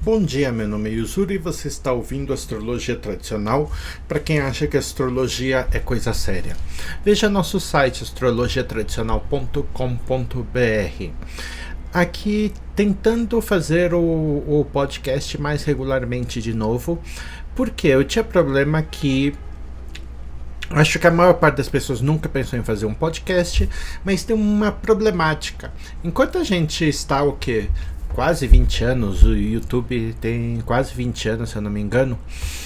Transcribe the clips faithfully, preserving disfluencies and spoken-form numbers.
Bom dia, meu nome é Yuzuru e você está ouvindo Astrologia Tradicional para quem acha que astrologia é coisa séria. Veja nosso site astrologia tradicional ponto com ponto br. Aqui tentando fazer o, o podcast mais regularmente de novo, porque eu tinha problema que acho que a maior parte das pessoas nunca pensou em fazer um podcast, mas tem uma problemática. Enquanto a gente está o quê? Quase vinte anos, o YouTube tem quase vinte anos, se eu não me engano,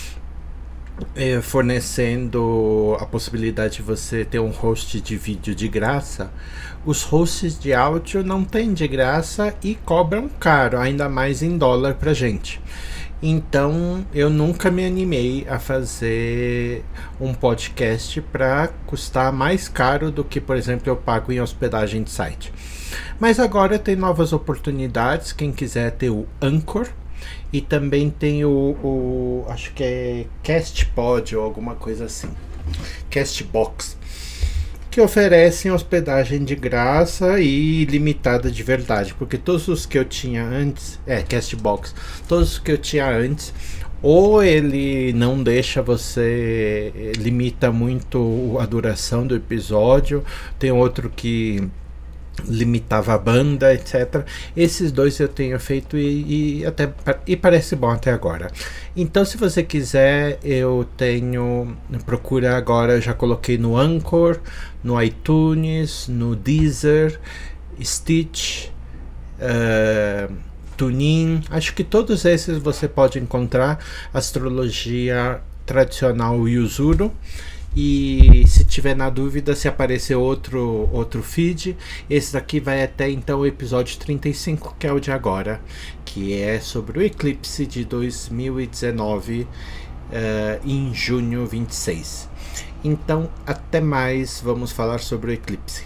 é, fornecendo a possibilidade de você ter um host de vídeo de graça. Os hosts de áudio não tem de graça e cobram caro, ainda mais em dólar pra gente. Então eu nunca me animei a fazer um podcast para custar mais caro do que, por exemplo, eu pago em hospedagem de site. Mas agora tem novas oportunidades. Quem quiser ter o Anchor e também tem o, o acho que é Castpod ou alguma coisa assim, Castbox, que oferecem hospedagem de graça e limitada de verdade, porque todos os que eu tinha antes, é, Castbox, todos os que eu tinha antes, ou ele não deixa você, limita muito a duração do episódio, tem outro que limitava a banda, etcétera. Esses dois eu tenho feito e, e até e parece bom até agora. Então, se você quiser, eu tenho, procura agora, eu já coloquei no Anchor, no iTunes, no Deezer, Stitch, uh, TuneIn. Acho que todos esses você pode encontrar Astrologia Tradicional Yuzuru. E se tiver na dúvida, se aparecer outro, outro feed, esse daqui vai até então o episódio trinta e cinco, que é o de agora, que é sobre o eclipse de dois mil e dezenove, uh, em junho vinte e seis. Então, até mais, vamos falar sobre o eclipse.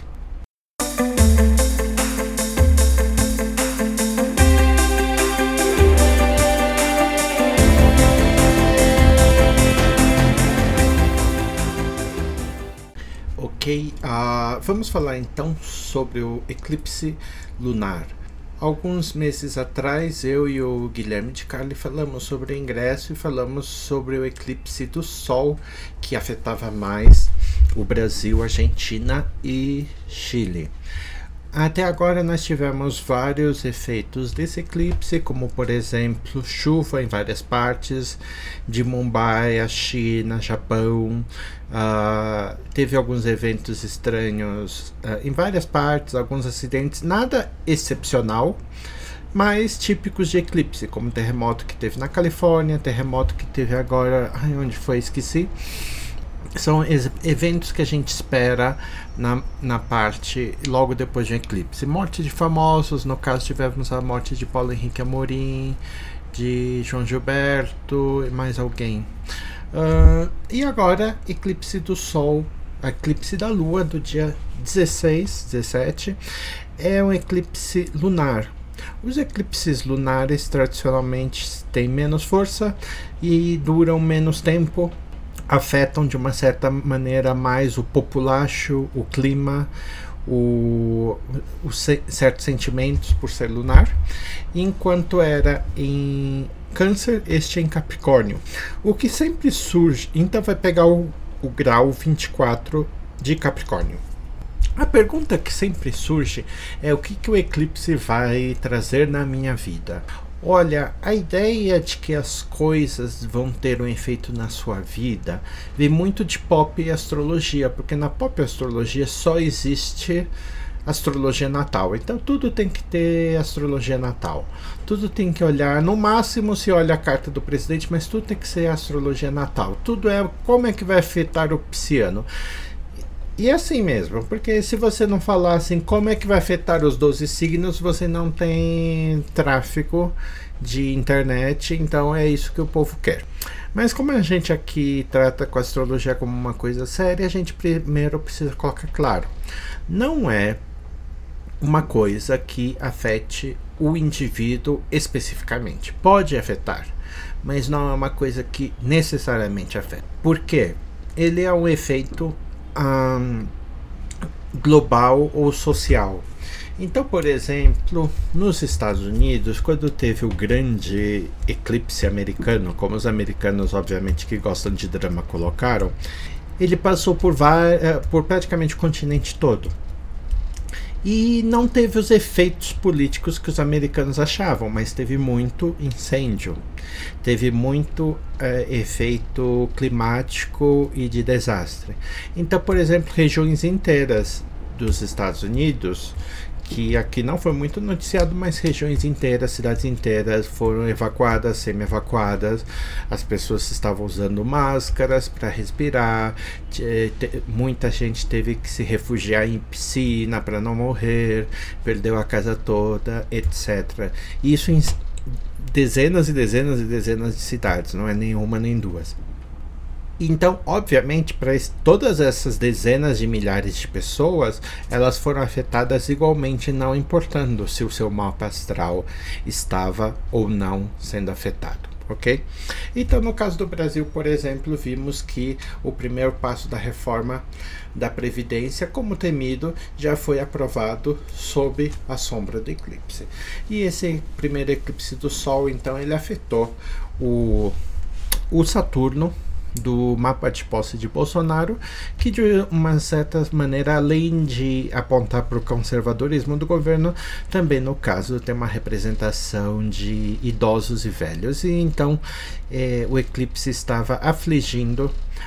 Ok, uh, vamos falar então sobre o eclipse lunar. Alguns meses atrás, eu e o Guilherme de Carli falamos sobre o ingresso e falamos sobre o eclipse do Sol, que afetava mais o Brasil, Argentina e Chile. Até agora nós tivemos vários efeitos desse eclipse, como por exemplo chuva em várias partes de Mumbai, a China, Japão. Uh, teve alguns eventos estranhos uh, em várias partes, alguns acidentes, nada excepcional, mas típicos de eclipse, como o terremoto que teve na Califórnia, terremoto que teve agora, ai, onde foi? Esqueci. São eventos que a gente espera na, na parte logo depois de um eclipse. Morte de famosos, no caso tivemos a morte de Paulo Henrique Amorim, de João Gilberto e mais alguém. Uh, e agora, eclipse do Sol, eclipse da Lua do dia dezesseis, dezessete, é um eclipse lunar. Os eclipses lunares tradicionalmente têm menos força e duram menos tempo, afetam de uma certa maneira mais o populacho, o clima, o, o se, certos sentimentos por ser lunar, enquanto era em Câncer, este é em Capricórnio. O que sempre surge, então vai pegar o, o grau vinte e quatro de Capricórnio. A pergunta que sempre surge é o que, que o eclipse vai trazer na minha vida. Olha, a ideia de que as coisas vão ter um efeito na sua vida vem muito de pop e astrologia, porque na pop astrologia só existe astrologia natal, então tudo tem que ter astrologia natal, tudo tem que olhar, no máximo se olha a carta do presidente, mas tudo tem que ser astrologia natal, tudo é como é que vai afetar o pisciano. E é assim mesmo, porque se você não falar assim como é que vai afetar os doze signos, você não tem tráfego de internet, então é isso que o povo quer. Mas como a gente aqui trata com a astrologia como uma coisa séria, a gente primeiro precisa colocar claro, não é uma coisa que afete o indivíduo especificamente. Pode afetar, mas não é uma coisa que necessariamente afeta. Por quê? Ele é um efeito Um, global ou social. Então, por exemplo, nos Estados Unidos, quando teve o grande eclipse americano, como os americanos, obviamente, que gostam de drama, colocaram, ele passou por, por praticamente o continente todo. E não teve os efeitos políticos que os americanos achavam, mas teve muito incêndio, teve muito é, efeito climático e de desastre. Então, por exemplo, regiões inteiras dos Estados Unidos, que aqui não foi muito noticiado, mas regiões inteiras, cidades inteiras foram evacuadas, semi-evacuadas, as pessoas estavam usando máscaras para respirar, muita gente teve que se refugiar em piscina para não morrer, perdeu a casa toda, etcétera. Isso em dezenas e dezenas e dezenas de cidades, não é nenhuma nem duas. Então, obviamente, para todas essas dezenas de milhares de pessoas, elas foram afetadas igualmente, não importando se o seu mapa astral estava ou não sendo afetado, ok? Então, no caso do Brasil, por exemplo, vimos que o primeiro passo da reforma da Previdência, como temido, já foi aprovado sob a sombra do eclipse. E esse primeiro eclipse do Sol, então, ele afetou o, o Saturno, do mapa de posse de Bolsonaro, que de uma certa maneira, além de apontar para o conservadorismo do governo, também no caso tem uma representação de idosos e velhos, e então eh, o eclipse estava afligindo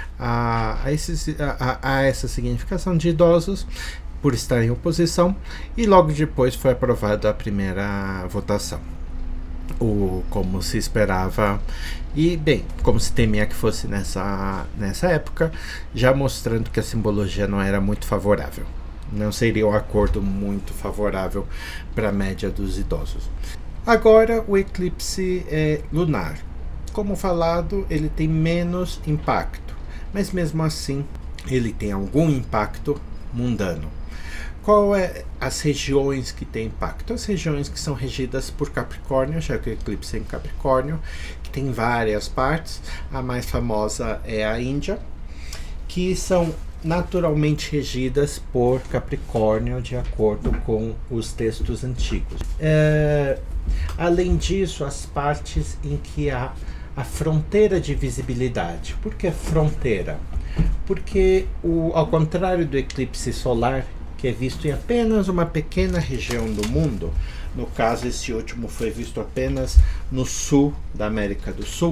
a, a, esses, a, a essa significação de idosos por estar em oposição, e logo depois foi aprovada a primeira votação, o, como se esperava. E, bem, como se temia que fosse nessa, nessa época, já mostrando que a simbologia não era muito favorável. Não seria um acordo muito favorável para a média dos idosos. Agora, o eclipse é lunar. Como falado, ele tem menos impacto, mas mesmo assim, ele tem algum impacto mundano. Qual é as regiões que têm impacto? As regiões que são regidas por Capricórnio, já que o eclipse é em Capricórnio, que tem várias partes. A mais famosa é a Índia, que são naturalmente regidas por Capricórnio, de acordo com os textos antigos. É, além disso, as partes em que há a fronteira de visibilidade. Por que fronteira? Porque, o, ao contrário do eclipse solar, que é visto em apenas uma pequena região do mundo, no caso esse último foi visto apenas no sul da América do Sul,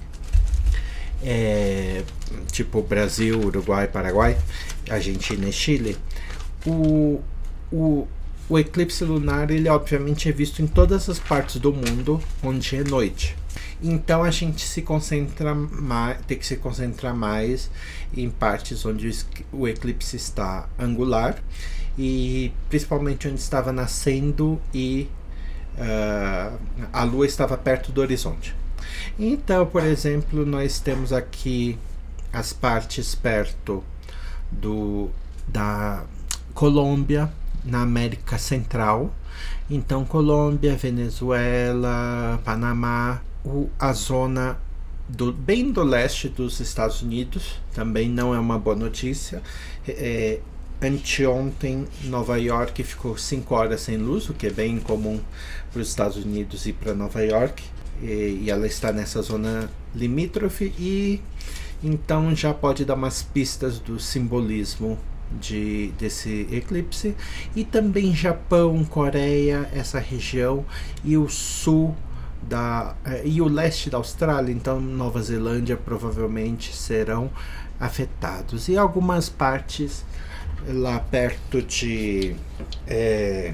é, tipo Brasil, Uruguai, Paraguai, Argentina e Chile, o, o, o eclipse lunar, ele obviamente é visto em todas as partes do mundo onde é noite. Então a gente se concentra mais, tem que se concentrar mais em partes onde o eclipse está angular, e principalmente onde estava nascendo e uh, a lua estava perto do horizonte. Então, por exemplo, nós temos aqui as partes perto do, da Colômbia, na América Central. Então, Colômbia, Venezuela, Panamá, o, a zona do, bem do leste dos Estados Unidos, também não é uma boa notícia. É, anteontem, Nova York ficou cinco horas sem luz, o que é bem comum para os Estados Unidos e para Nova York, e, e ela está nessa zona limítrofe, e então já pode dar umas pistas do simbolismo de, desse eclipse. E também Japão, Coreia, essa região, e o sul da, e o leste da Austrália, então Nova Zelândia, provavelmente serão afetados, e algumas partes lá perto de é,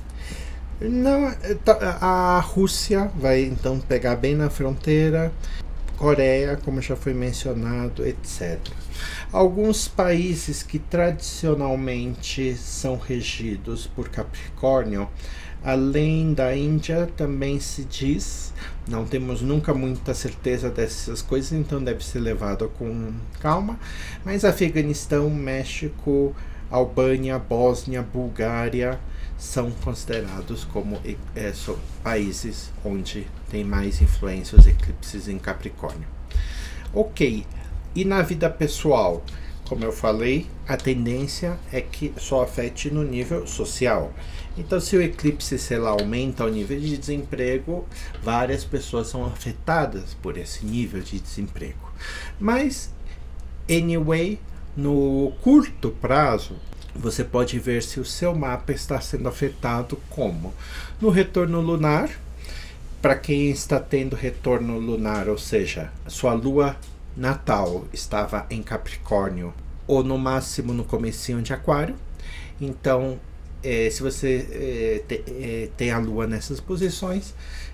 não, a Rússia vai então pegar bem na fronteira, Coreia, como já foi mencionado, etcétera. Alguns países que tradicionalmente são regidos por Capricórnio, além da Índia, também se diz, não temos nunca muita certeza dessas coisas, então deve ser levado com calma, mas Afeganistão, México, Albânia, Bósnia, Bulgária são considerados como é, são países onde tem mais influência os eclipses em Capricórnio. Ok, e na vida pessoal, Como eu falei, a tendência é que só afete no nível social. Então, se o eclipse, sei lá, aumenta o nível de desemprego, várias pessoas são afetadas por esse nível de desemprego. Mas, anyway, no curto prazo, você pode ver se o seu mapa está sendo afetado como? No retorno lunar, para quem está tendo retorno lunar, ou seja, sua lua natal estava em Capricórnio ou no máximo no comecinho de Aquário. Então, eh, se você eh, te, eh, tem a lua nessas posições,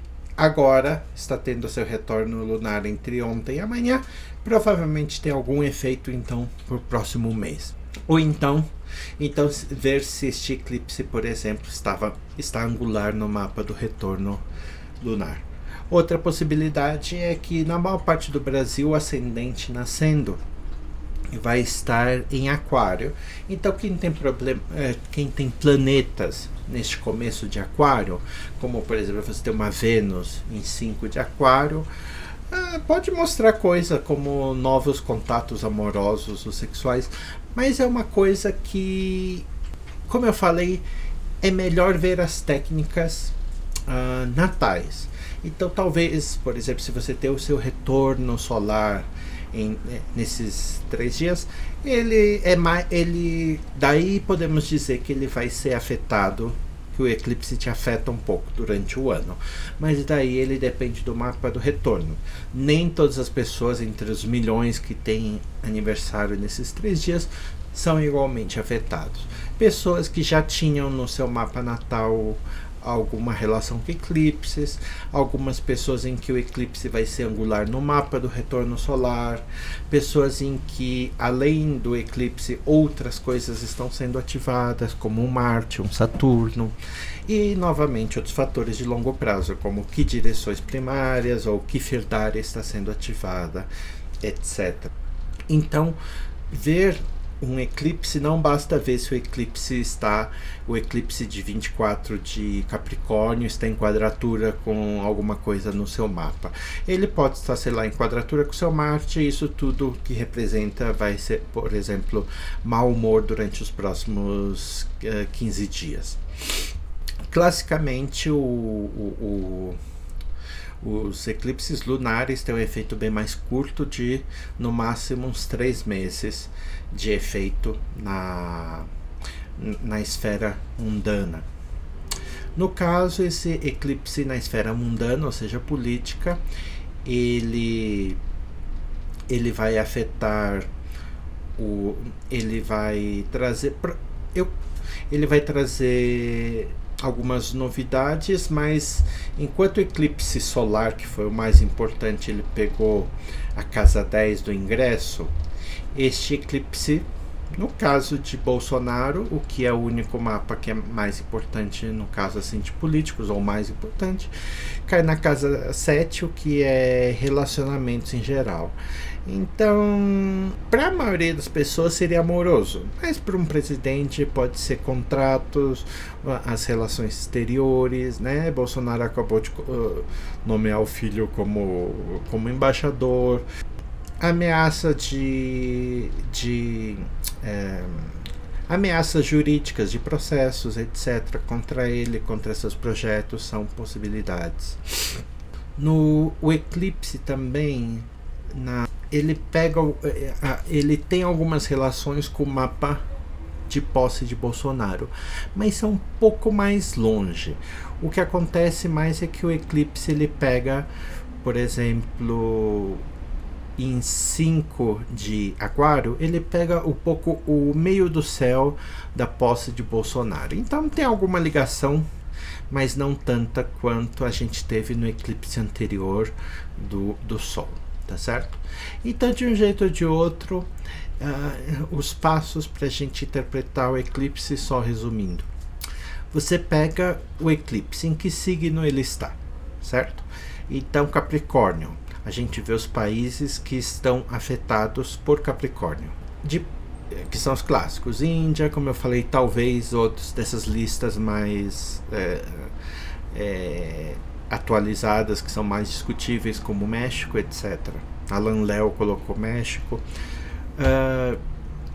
agora está tendo seu retorno lunar entre ontem e amanhã, provavelmente tem algum efeito então para o próximo mês. Ou então, então ver se este eclipse, por exemplo, estava, está angular no mapa do retorno lunar. Outra possibilidade é que na maior parte do Brasil o ascendente nascendo vai estar em Aquário. Então quem tem problema, é, quem tem planetas neste começo de Aquário, como por exemplo você tem uma Vênus em cinco de Aquário, é, pode mostrar coisa como novos contatos amorosos ou sexuais, mas é uma coisa que, como eu falei, é melhor ver as técnicas uh, natais. Então talvez, por exemplo, se você tem o seu retorno solar em, nesses três dias, ele é mais, ele, daí podemos dizer que ele vai ser afetado, que o eclipse te afeta um pouco durante o ano, mas daí ele depende do mapa do retorno. Nem todas as pessoas entre os milhões que têm aniversário nesses três dias são igualmente afetados. Pessoas que já tinham no seu mapa natal alguma relação com eclipses, algumas pessoas em que o eclipse vai ser angular no mapa do retorno solar, pessoas em que além do eclipse outras coisas estão sendo ativadas, como um Marte, um Saturno, e novamente outros fatores de longo prazo, como que direções primárias ou que firdária está sendo ativada, etcétera. Então, ver um eclipse, não basta ver se o eclipse está, o eclipse de vinte e quatro de Capricórnio está em quadratura com alguma coisa no seu mapa. Ele pode estar, sei lá, em quadratura com o seu Marte, e isso tudo que representa vai ser, por exemplo, mau humor durante os próximos uh, quinze dias. Classicamente, o, o, o os eclipses lunares têm um efeito bem mais curto, de no máximo uns três meses de efeito na, na esfera mundana. No caso, esse eclipse na esfera mundana, ou seja, política, ele, ele vai afetar o, ele vai trazer eu, ele vai trazer algumas novidades, mas enquanto o eclipse solar, que foi o mais importante, ele pegou a casa dez do ingresso, este eclipse, no caso de Bolsonaro, o que é o único mapa que é mais importante no caso assim de políticos, ou mais importante, cai na casa sete, o que é relacionamentos em geral. Então, para a maioria das pessoas seria amoroso, mas para um presidente pode ser contratos, as relações exteriores, né? Bolsonaro acabou de uh, nomear o filho como, como embaixador, ameaça de, de é, ameaças jurídicas de processos, etcétera, contra ele, contra seus projetos, são possibilidades. No o eclipse também, na, ele pega, ele tem algumas relações com o mapa de posse de Bolsonaro, mas são um pouco mais longe. O que acontece mais é que o eclipse ele pega, por exemplo, em cinco de Aquário, ele pega um pouco o meio do céu da posse de Bolsonaro. Então tem alguma ligação, mas não tanta quanto a gente teve no eclipse anterior do, do Sol, tá certo? Então, de um jeito ou de outro, uh, os passos para a gente interpretar o eclipse, só resumindo. Você pega o eclipse, em que signo ele está, certo? Então, Capricórnio, a gente vê os países que estão afetados por Capricórnio, de, que são os clássicos. Índia, como eu falei, talvez outros dessas listas mais é, é, atualizadas, que são mais discutíveis, como México, etcétera. Alan Léo colocou México. Uh,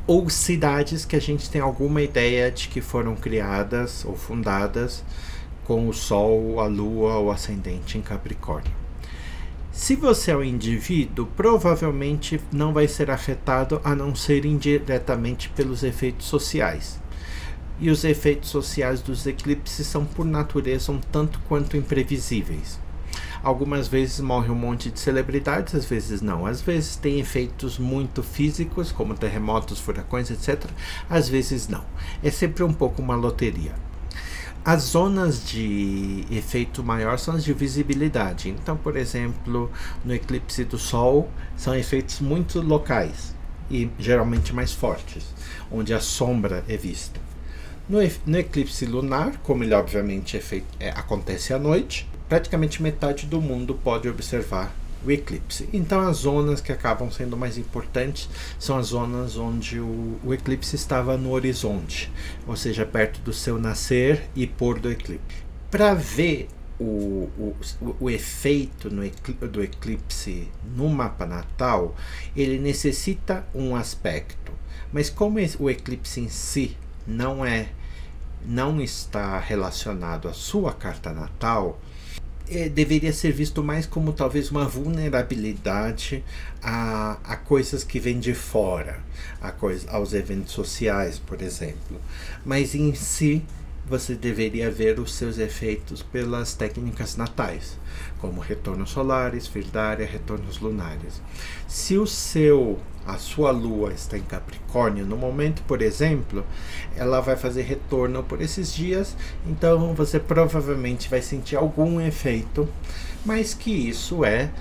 ou cidades que a gente tem alguma ideia de que foram criadas ou fundadas com o Sol, a Lua ou ascendente em Capricórnio. Se você é um indivíduo, provavelmente não vai ser afetado a não ser indiretamente pelos efeitos sociais. E os efeitos sociais dos eclipses são, por natureza, um tanto quanto imprevisíveis. Algumas vezes morre um monte de celebridades, às vezes não. Às vezes tem efeitos muito físicos, como terremotos, furacões, etcétera. Às vezes não. É sempre um pouco uma loteria. As zonas de efeito maior são as de visibilidade. Então, por exemplo, no eclipse do Sol, são efeitos muito locais e geralmente mais fortes, onde a sombra é vista. No, no eclipse lunar, como ele obviamente é feito, é, acontece à noite, praticamente metade do mundo pode observar o eclipse. Então as zonas que acabam sendo mais importantes são as zonas onde o, o eclipse estava no horizonte, ou seja, perto do seu nascer e pôr do eclipse. Para ver o, o, o efeito no eclipse, do eclipse no mapa natal, ele necessita um aspecto, mas como o eclipse em si não é não está relacionado à sua carta natal, é, deveria ser visto mais como talvez uma vulnerabilidade a, a coisas que vêm de fora, a coisa, aos eventos sociais, por exemplo. Mas em si, você deveria ver os seus efeitos pelas técnicas natais, como retornos solares, firdária, retornos lunares. Se o seu, a sua lua está em Capricórnio, no momento, por exemplo, ela vai fazer retorno por esses dias, então você provavelmente vai sentir algum efeito, mas que isso é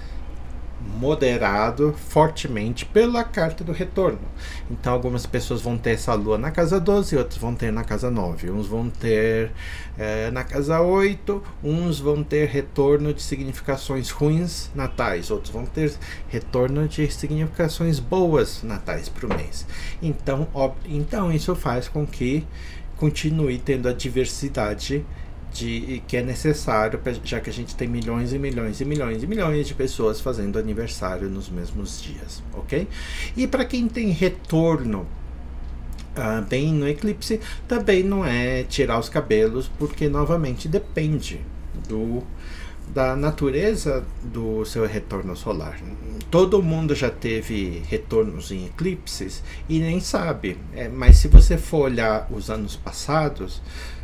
moderado fortemente pela carta do retorno. Então algumas pessoas vão ter essa lua na casa doze, outros vão ter na casa nove, uns vão ter é, na casa oito, uns vão ter retorno de significações ruins natais, outros vão ter retorno de significações boas natais para o mês. Então, ó, então isso faz com que continue tendo a diversidade De, que é necessário, já que a gente tem milhões e milhões e milhões e milhões de pessoas fazendo aniversário nos mesmos dias, ok? E para quem tem retorno uh, bem no eclipse, também não é tirar os cabelos, porque novamente depende do, da natureza do seu retorno solar. Todo mundo já teve retornos em eclipses e nem sabe, é, mas se você for olhar os anos passados,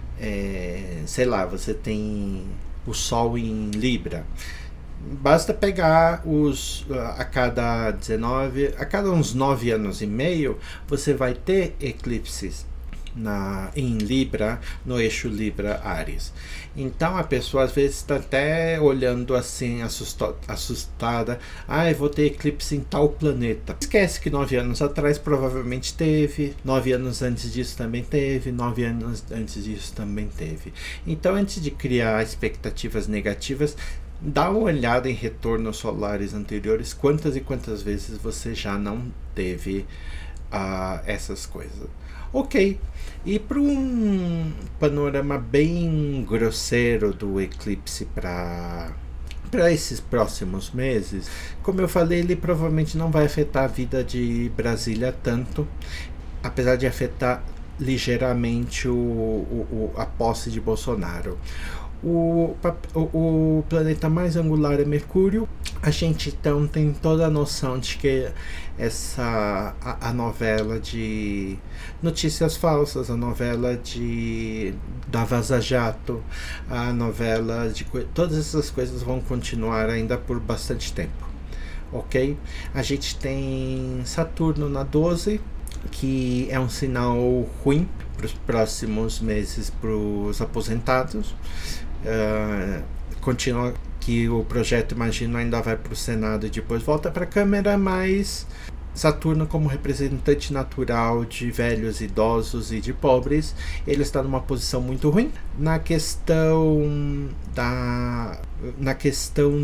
É, sei lá, você tem o Sol em Libra. Basta pegar os a cada dezenove, a cada uns nove anos e meio, você vai ter eclipses na, em Libra, no eixo Libra-Áries. Então a pessoa às vezes está até olhando assim, assusto, assustada. Ah, eu vou ter eclipse em tal planeta. Esquece que nove anos atrás provavelmente teve, nove anos antes disso também teve, nove anos antes disso também teve. Então, antes de criar expectativas negativas, dá uma olhada em retornos solares anteriores, quantas e quantas vezes você já não teve uh, essas coisas. Ok, e para um panorama bem grosseiro do eclipse para para esses próximos meses, como eu falei, ele provavelmente não vai afetar a vida de Brasília tanto, apesar de afetar ligeiramente o, o, a posse de Bolsonaro. O, o, o planeta mais angular é Mercúrio. A gente então tem toda a noção de que essa a, a novela de notícias falsas, a novela de da Vaza Jato, a novela de todas essas coisas vão continuar ainda por bastante tempo, ok? A gente tem Saturno na doze, que é um sinal ruim para os próximos meses para os aposentados. Uh, continua que o projeto, imagino, ainda vai para o Senado e depois volta para a Câmara, mas Saturno, como representante natural de velhos, idosos e de pobres, ele está numa posição muito ruim. Na questão da na questão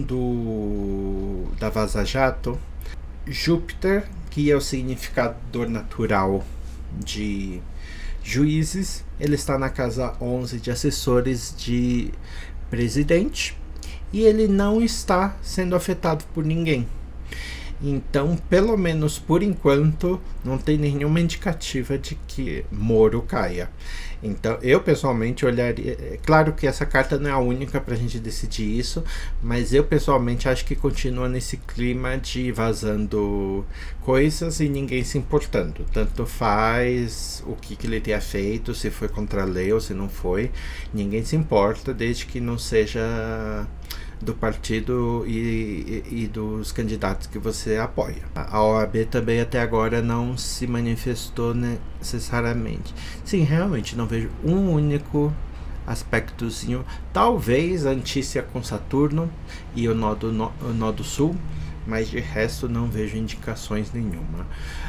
do da Vaza Jato, Júpiter, que é o significador natural de juízes, ele está na casa onze de assessores de presidente e ele não está sendo afetado por ninguém. Então, pelo menos por enquanto, não tem nenhuma indicativa de que Moro caia. Então, eu pessoalmente olharia. É claro que essa carta não é a única para a gente decidir isso, mas eu pessoalmente acho que continua nesse clima de vazando coisas e ninguém se importando. Tanto faz o que, que ele tenha feito, se foi contra a lei ou se não foi, ninguém se importa, desde que não seja do partido e, e, e dos candidatos que você apoia. A O A B também até agora não se manifestou necessariamente. Sim, realmente não vejo um único aspectozinho. Talvez a Antícia com Saturno e o nó do, no, o nó do Sul, mas de resto não vejo indicações nenhuma.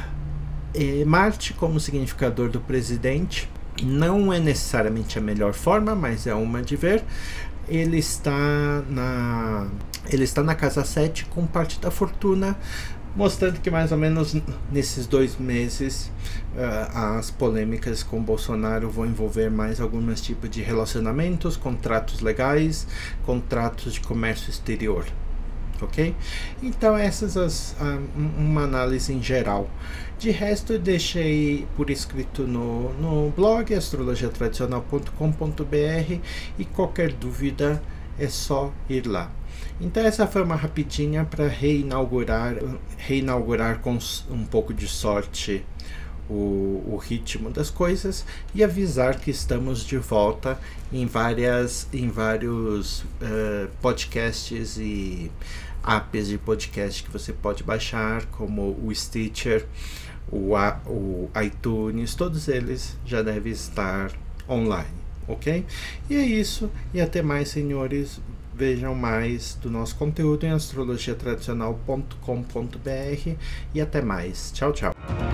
E Marte como significador do presidente não é necessariamente a melhor forma, mas é uma de ver. Ele está na ele está na casa sete com parte da fortuna, mostrando que mais ou menos nesses dois meses uh, as polêmicas com Bolsonaro vão envolver mais alguns tipos de relacionamentos, contratos legais, contratos de comércio exterior. Ok? Então essas as, uh, uma análise em geral. De resto eu deixei por escrito no, no blog astrologia tradicional ponto com ponto b r e qualquer dúvida é só ir lá. Então essa foi uma rapidinha para reinaugurar, reinaugurar com um pouco de sorte o, o ritmo das coisas e avisar que estamos de volta em, várias, em vários uh, podcasts e apps de podcast que você pode baixar, como o Stitcher, o, o iTunes, todos eles já devem estar online, ok? E é isso, e até mais, senhores. Vejam mais do nosso conteúdo em astrologia tradicional ponto com ponto b r e até mais. Tchau, tchau.